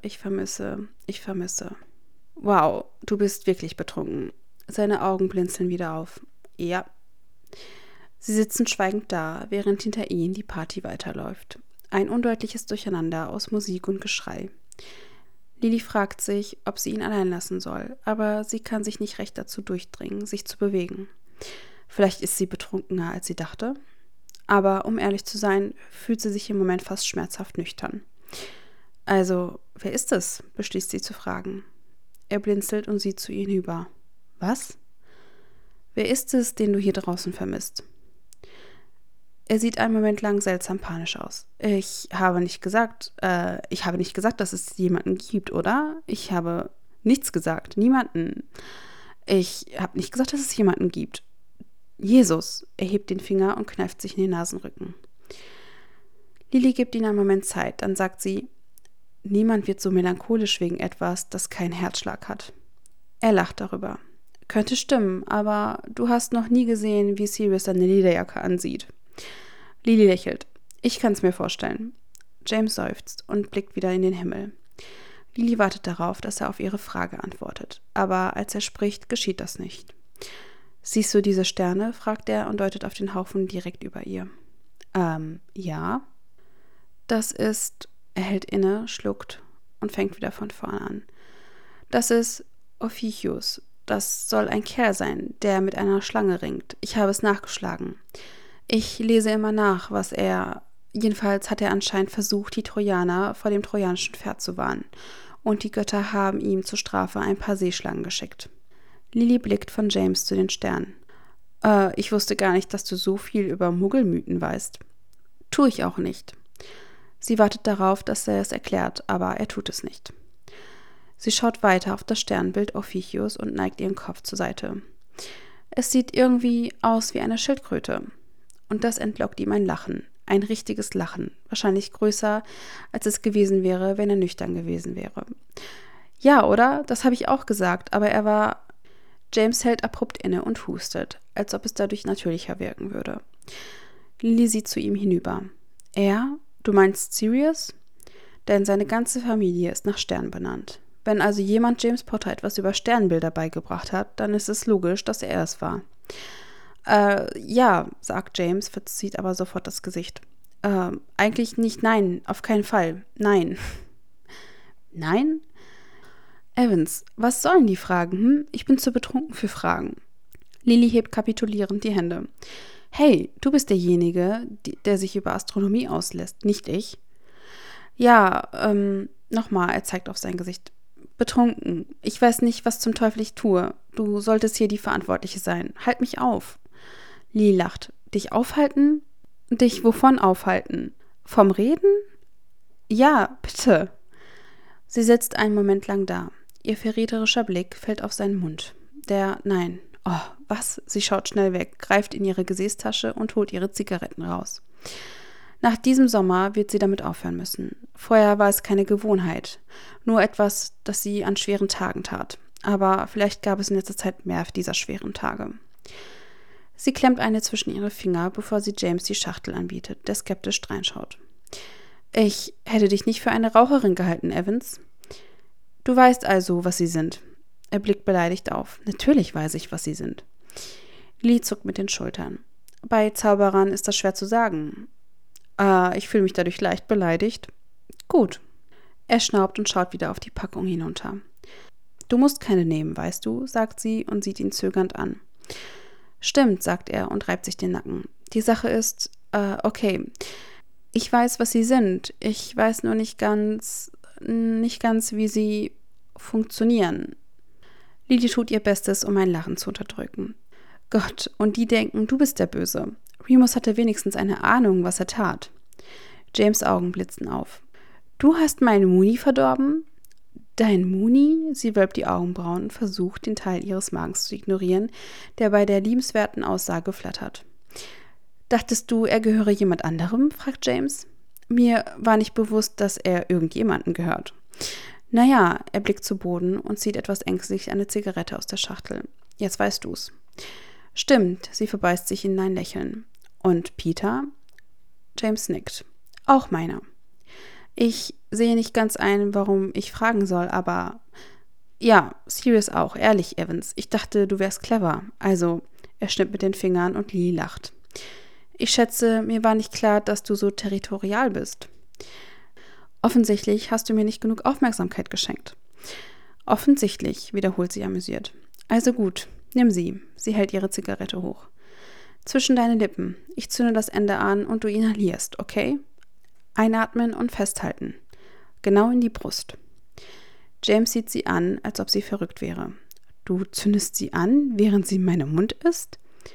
»Wow, du bist wirklich betrunken.« Seine Augen blinzeln wieder auf. »Ja.« Sie sitzen schweigend da, während hinter ihnen die Party weiterläuft. Ein undeutliches Durcheinander aus Musik und Geschrei. Lily fragt sich, ob sie ihn allein lassen soll, aber sie kann sich nicht recht dazu durchdringen, sich zu bewegen. Vielleicht ist sie betrunkener, als sie dachte. Aber um ehrlich zu sein, fühlt sie sich im Moment fast schmerzhaft nüchtern. »Also, wer ist es?« beschließt sie zu fragen. Er blinzelt und sieht zu ihr hinüber. »Was?« »Wer ist es, den du hier draußen vermisst?« Er sieht einen Moment lang seltsam panisch aus. Ich habe nicht gesagt, dass es jemanden gibt, oder? Ich habe nichts gesagt, niemanden. Ich habe nicht gesagt, dass es jemanden gibt. Jesus, er hebt den Finger und kneift sich in den Nasenrücken. Lily gibt ihm einen Moment Zeit, dann sagt sie, niemand wird so melancholisch wegen etwas, das keinen Herzschlag hat. Er lacht darüber. Könnte stimmen, aber du hast noch nie gesehen, wie Sirius seine Lederjacke ansieht. Lily lächelt. Ich kann's mir vorstellen. James seufzt und blickt wieder in den Himmel. Lily wartet darauf, dass er auf ihre Frage antwortet, aber als er spricht, geschieht das nicht. Siehst du diese Sterne? Fragt er und deutet auf den Haufen direkt über ihr. Ja. Das ist, er hält inne, schluckt und fängt wieder von vorne an. Das ist Ophiuchus. Das soll ein Kerl sein, der mit einer Schlange ringt. Ich habe es nachgeschlagen. Ich lese immer nach, was er... Jedenfalls hat er anscheinend versucht, die Trojaner vor dem trojanischen Pferd zu warnen. Und die Götter haben ihm zur Strafe ein paar Seeschlangen geschickt. Lily blickt von James zu den Sternen. Ich wusste gar nicht, dass du so viel über Muggelmythen weißt. Tue ich auch nicht. Sie wartet darauf, dass er es erklärt, aber er tut es nicht. Sie schaut weiter auf das Sternbild Ophiuchus und neigt ihren Kopf zur Seite. Es sieht irgendwie aus wie eine Schildkröte. Und das entlockt ihm ein Lachen. Ein richtiges Lachen. Wahrscheinlich größer, als es gewesen wäre, wenn er nüchtern gewesen wäre. Ja, oder? Das habe ich auch gesagt, aber er war... James hält abrupt inne und hustet, als ob es dadurch natürlicher wirken würde. Lily sieht zu ihm hinüber. Er? Du meinst Sirius? Denn seine ganze Familie ist nach Sternen benannt. Wenn also jemand James Potter etwas über Sternbilder beigebracht hat, dann ist es logisch, dass er es war. Ja, sagt James, verzieht aber sofort das Gesicht. Eigentlich nicht, nein, auf keinen Fall, nein. Nein? Evans, was sollen die Fragen, Ich bin zu betrunken für Fragen. Lily hebt kapitulierend die Hände. Hey, du bist derjenige, der sich über Astronomie auslässt, nicht ich. Ja, nochmal, er zeigt auf sein Gesicht. Betrunken. Ich weiß nicht, was zum Teufel ich tue. Du solltest hier die Verantwortliche sein. Halt mich auf. Lily lacht. Dich aufhalten? Dich wovon aufhalten? Vom Reden? Ja, bitte. Sie sitzt einen Moment lang da. Ihr verräterischer Blick fällt auf seinen Mund. Nein. Oh, was? Sie schaut schnell weg, greift in ihre Gesäßtasche und holt ihre Zigaretten raus. Nach diesem Sommer wird sie damit aufhören müssen. Vorher war es keine Gewohnheit, nur etwas, das sie an schweren Tagen tat. Aber vielleicht gab es in letzter Zeit mehr dieser schweren Tage. Sie klemmt eine zwischen ihre Finger, bevor sie James die Schachtel anbietet, der skeptisch reinschaut. Ich hätte dich nicht für eine Raucherin gehalten, Evans. Du weißt also, was sie sind. Er blickt beleidigt auf. Natürlich weiß ich, was sie sind. Lily zuckt mit den Schultern. Bei Zauberern ist das schwer zu sagen. Ich fühle mich dadurch leicht beleidigt. Gut. Er schnaubt und schaut wieder auf die Packung hinunter. Du musst keine nehmen, weißt du, sagt sie und sieht ihn zögernd an. Stimmt, sagt er und reibt sich den Nacken. Die Sache ist, okay. Ich weiß, was sie sind. Ich weiß nur nicht ganz... nicht ganz, wie sie funktionieren. Lily tut ihr Bestes, um ein Lachen zu unterdrücken. Gott, und die denken, du bist der Böse. Remus hatte wenigstens eine Ahnung, was er tat. James' Augen blitzten auf. Du hast meinen Muni verdorben? Dein Muni? Sie wölbt die Augenbrauen und versucht, den Teil ihres Magens zu ignorieren, der bei der liebenswerten Aussage flattert. Dachtest du, er gehöre jemand anderem? Fragt James. Mir war nicht bewusst, dass er irgendjemanden gehört. Naja, er blickt zu Boden und zieht etwas ängstlich eine Zigarette aus der Schachtel. Jetzt weißt du's. Stimmt, sie verbeißt sich in ein Lächeln. Und Peter? James nickt. Auch meiner. Ich sehe nicht ganz ein, warum ich fragen soll, aber ja, Sirius auch, ehrlich, Evans. Ich dachte, du wärst clever. Also, er schnippt mit den Fingern und Lily lacht. Ich schätze, mir war nicht klar, dass du so territorial bist. Offensichtlich hast du mir nicht genug Aufmerksamkeit geschenkt. Offensichtlich, wiederholt sie amüsiert. Also gut, nimm sie. Sie hält ihre Zigarette hoch. Zwischen deine Lippen. Ich zünde das Ende an und du inhalierst, okay? Einatmen und festhalten. Genau in die Brust. James sieht sie an, als ob sie verrückt wäre. Du zündest sie an, während sie in meinem Mund ist?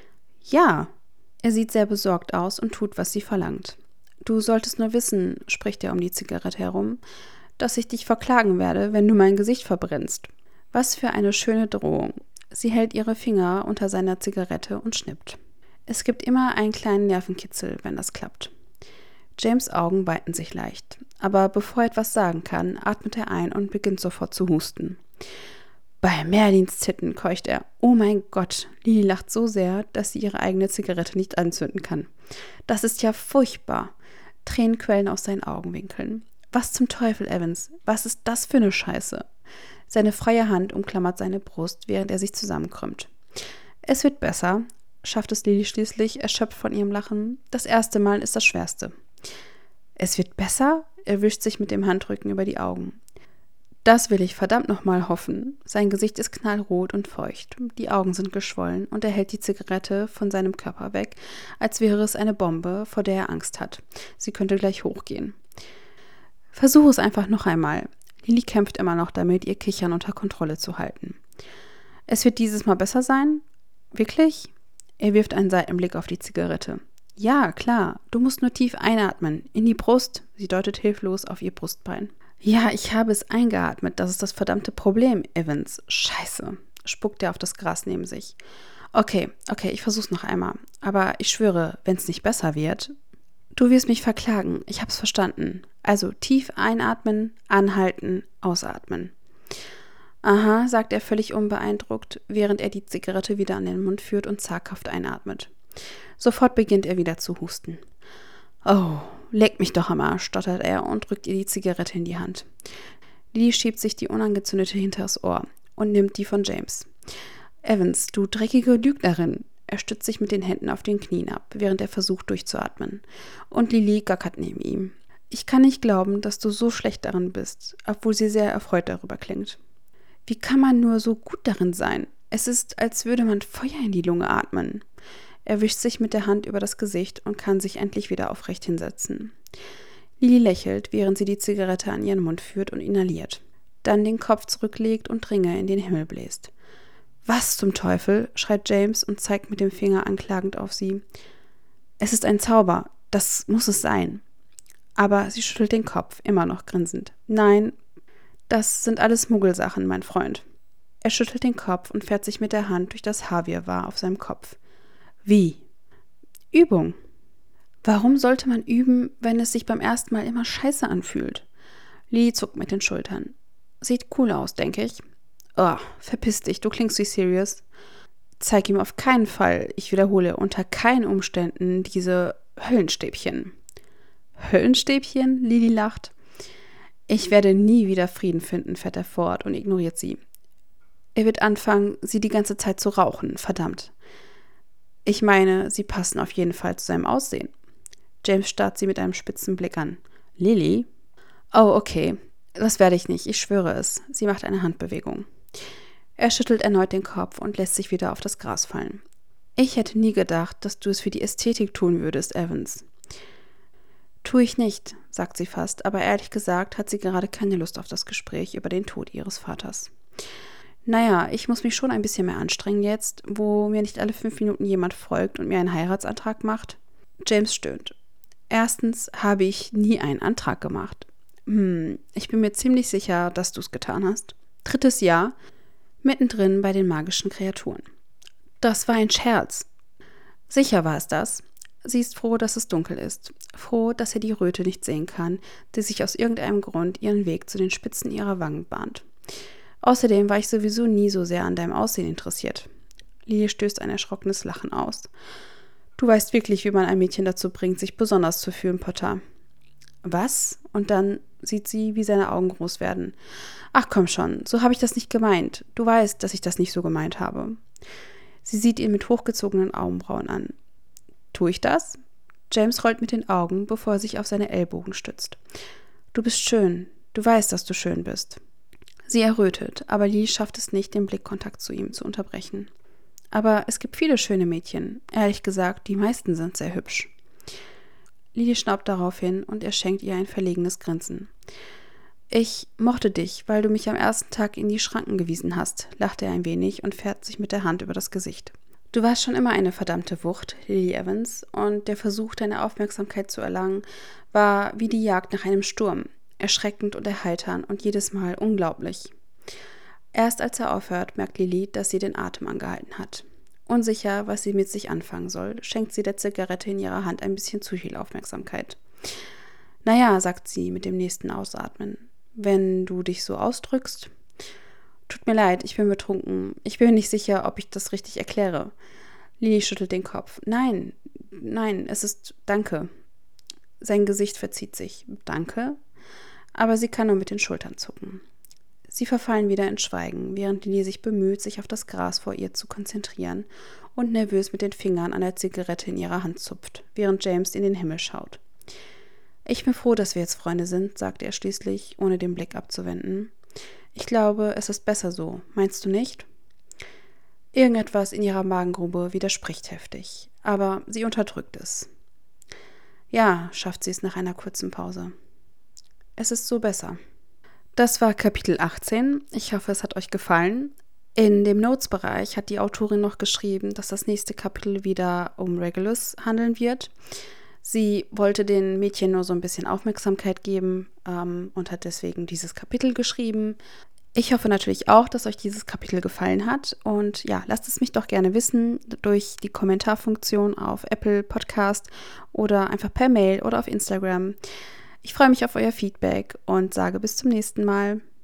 Ja. Er sieht sehr besorgt aus und tut, was sie verlangt. Du solltest nur wissen, spricht er um die Zigarette herum, dass ich dich verklagen werde, wenn du mein Gesicht verbrennst. Was für eine schöne Drohung. Sie hält ihre Finger unter seiner Zigarette und schnippt. Es gibt immer einen kleinen Nervenkitzel, wenn das klappt. James' Augen weiten sich leicht, aber bevor er etwas sagen kann, atmet er ein und beginnt sofort zu husten. Bei Merlins Titten, keucht er. Oh mein Gott, Lily lacht so sehr, dass sie ihre eigene Zigarette nicht anzünden kann. Das ist ja furchtbar. Tränen quellen aus seinen Augenwinkeln. Was zum Teufel, Evans? Was ist das für eine Scheiße? Seine freie Hand umklammert seine Brust, während er sich zusammenkrümmt. Es wird besser, schafft es Lily schließlich, erschöpft von ihrem Lachen. Das erste Mal ist das Schwerste. Es wird besser? Er wischt sich mit dem Handrücken über die Augen. Das will ich verdammt nochmal hoffen. Sein Gesicht ist knallrot und feucht. Die Augen sind geschwollen und er hält die Zigarette von seinem Körper weg, als wäre es eine Bombe, vor der er Angst hat. Sie könnte gleich hochgehen. Versuch es einfach noch einmal. Lily kämpft immer noch damit, ihr Kichern unter Kontrolle zu halten. Es wird dieses Mal besser sein? Wirklich? Er wirft einen Seitenblick auf die Zigarette. Ja, klar. Du musst nur tief einatmen. In die Brust. Sie deutet hilflos auf ihr Brustbein. Ja, ich habe es eingeatmet. Das ist das verdammte Problem, Evans. Scheiße. Spuckt er auf das Gras neben sich. Okay, ich versuch's noch einmal. Aber ich schwöre, wenn es nicht besser wird. Du wirst mich verklagen. Ich hab's verstanden. Also tief einatmen, anhalten, ausatmen. Aha, sagt er völlig unbeeindruckt, während er die Zigarette wieder an den Mund führt und zaghaft einatmet. Sofort beginnt er wieder zu husten. Oh, leck mich doch am Arsch, stottert er und drückt ihr die Zigarette in die Hand. Lily schiebt sich die unangezündete hinters Ohr und nimmt die von James. Evans, du dreckige Lügnerin. Er stützt sich mit den Händen auf den Knien ab, während er versucht durchzuatmen. Und Lily gackert neben ihm. Ich kann nicht glauben, dass du so schlecht darin bist, obwohl sie sehr erfreut darüber klingt. Wie kann man nur so gut darin sein? Es ist, als würde man Feuer in die Lunge atmen. Er wischt sich mit der Hand über das Gesicht und kann sich endlich wieder aufrecht hinsetzen. Lily lächelt, während sie die Zigarette an ihren Mund führt und inhaliert. Dann den Kopf zurücklegt und Ringe in den Himmel bläst. Was zum Teufel? Schreit James und zeigt mit dem Finger anklagend auf sie. Es ist ein Zauber. Das muss es sein. Aber sie schüttelt den Kopf, immer noch grinsend. Nein, das sind alles Muggelsachen, mein Freund. Er schüttelt den Kopf und fährt sich mit der Hand durch das Haarwirrwarr auf seinem Kopf. Wie? Übung. Warum sollte man üben, wenn es sich beim ersten Mal immer scheiße anfühlt? Lee zuckt mit den Schultern. Sieht cool aus, denke ich. Oh, verpiss dich, du klingst wie Sirius. Zeig ihm auf keinen Fall, ich wiederhole, unter keinen Umständen diese Höllenstäbchen. Höllenstäbchen? Lily lacht. Ich werde nie wieder Frieden finden, fährt er fort und ignoriert sie. Er wird anfangen, sie die ganze Zeit zu rauchen, verdammt. Ich meine, sie passen auf jeden Fall zu seinem Aussehen. James starrt sie mit einem spitzen Blick an. Lily? Oh, okay. Das werde ich nicht, ich schwöre es. Sie macht eine Handbewegung. Er schüttelt erneut den Kopf und lässt sich wieder auf das Gras fallen. Ich hätte nie gedacht, dass du es für die Ästhetik tun würdest, Evans. Tue ich nicht, sagt sie fast, aber ehrlich gesagt hat sie gerade keine Lust auf das Gespräch über den Tod ihres Vaters. Naja, ich muss mich schon ein bisschen mehr anstrengen jetzt, wo mir nicht alle 5 Minuten jemand folgt und mir einen Heiratsantrag macht. James stöhnt. Erstens habe ich nie einen Antrag gemacht. Ich bin mir ziemlich sicher, dass du es getan hast. Drittes Jahr, mittendrin bei den magischen Kreaturen. Das war ein Scherz. Sicher war es das. Sie ist froh, dass es dunkel ist. Froh, dass er die Röte nicht sehen kann, die sich aus irgendeinem Grund ihren Weg zu den Spitzen ihrer Wangen bahnt. Außerdem war ich sowieso nie so sehr an deinem Aussehen interessiert. Lily stößt ein erschrockenes Lachen aus. Du weißt wirklich, wie man ein Mädchen dazu bringt, sich besonders zu fühlen, Potter. Was? Und dann sieht sie, wie seine Augen groß werden. Ach komm schon, so habe ich das nicht gemeint. Du weißt, dass ich das nicht so gemeint habe. Sie sieht ihn mit hochgezogenen Augenbrauen an. Tue ich das? James rollt mit den Augen, bevor er sich auf seine Ellbogen stützt. Du bist schön. Du weißt, dass du schön bist. Sie errötet, aber Lily schafft es nicht, den Blickkontakt zu ihm zu unterbrechen. Aber es gibt viele schöne Mädchen. Ehrlich gesagt, die meisten sind sehr hübsch. Lily schnaubt darauf hin und er schenkt ihr ein verlegenes Grinsen. Ich mochte dich, weil du mich am ersten Tag in die Schranken gewiesen hast, lacht er ein wenig und fährt sich mit der Hand über das Gesicht. Du warst schon immer eine verdammte Wucht, Lily Evans, und der Versuch, deine Aufmerksamkeit zu erlangen, war wie die Jagd nach einem Sturm. Erschreckend und erheiternd und jedes Mal unglaublich. Erst als er aufhört, merkt Lily, dass sie den Atem angehalten hat. Unsicher, was sie mit sich anfangen soll, schenkt sie der Zigarette in ihrer Hand ein bisschen zu viel Aufmerksamkeit. Naja, sagt sie mit dem nächsten Ausatmen, wenn du dich so ausdrückst. Tut mir leid, ich bin betrunken. Ich bin mir nicht sicher, ob ich das richtig erkläre. Lily schüttelt den Kopf. Nein, es ist Danke. Sein Gesicht verzieht sich. Danke? Aber sie kann nur mit den Schultern zucken. Sie verfallen wieder in Schweigen, während Lily sich bemüht, sich auf das Gras vor ihr zu konzentrieren und nervös mit den Fingern an der Zigarette in ihrer Hand zupft, während James in den Himmel schaut. Ich bin froh, dass wir jetzt Freunde sind, sagt er schließlich, ohne den Blick abzuwenden. Ich glaube, es ist besser so, meinst du nicht? Irgendetwas in ihrer Magengrube widerspricht heftig, aber sie unterdrückt es. Ja, schafft sie es nach einer kurzen Pause. Es ist so besser. Das war Kapitel 18. Ich hoffe, es hat euch gefallen. In dem Notes-Bereich hat die Autorin noch geschrieben, dass das nächste Kapitel wieder um Regulus handeln wird. Sie wollte den Mädchen nur so ein bisschen Aufmerksamkeit geben und hat deswegen dieses Kapitel geschrieben. Ich hoffe natürlich auch, dass euch dieses Kapitel gefallen hat. Und ja, lasst es mich doch gerne wissen durch die Kommentarfunktion auf Apple Podcast oder einfach per Mail oder auf Instagram. Ich freue mich auf euer Feedback und sage bis zum nächsten Mal.